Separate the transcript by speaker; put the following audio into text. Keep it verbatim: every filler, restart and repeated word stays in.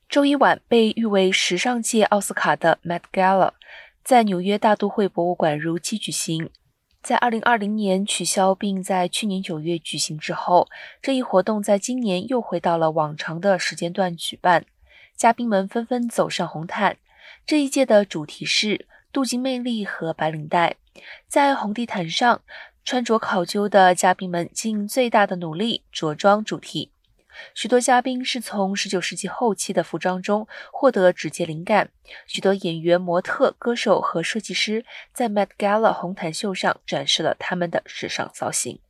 Speaker 1: 周一晚，被誉为时尚界奥斯卡的 Met Gala 在纽约大都会博物馆如期举行。在二零二零年取消并在去年九月举行之后，这一活动在今年又回到了往常的时间段举办。嘉宾们纷纷走上红毯，这一届的主题是镀金魅力和白领带。在红地毯上，穿着考究的嘉宾们尽最大的努力着装主题。许多嘉宾是从十九世纪后期的服装中获得直接灵感，许多演员、模特、歌手和设计师在 Met Gala 红毯秀上展示了他们的时尚造型。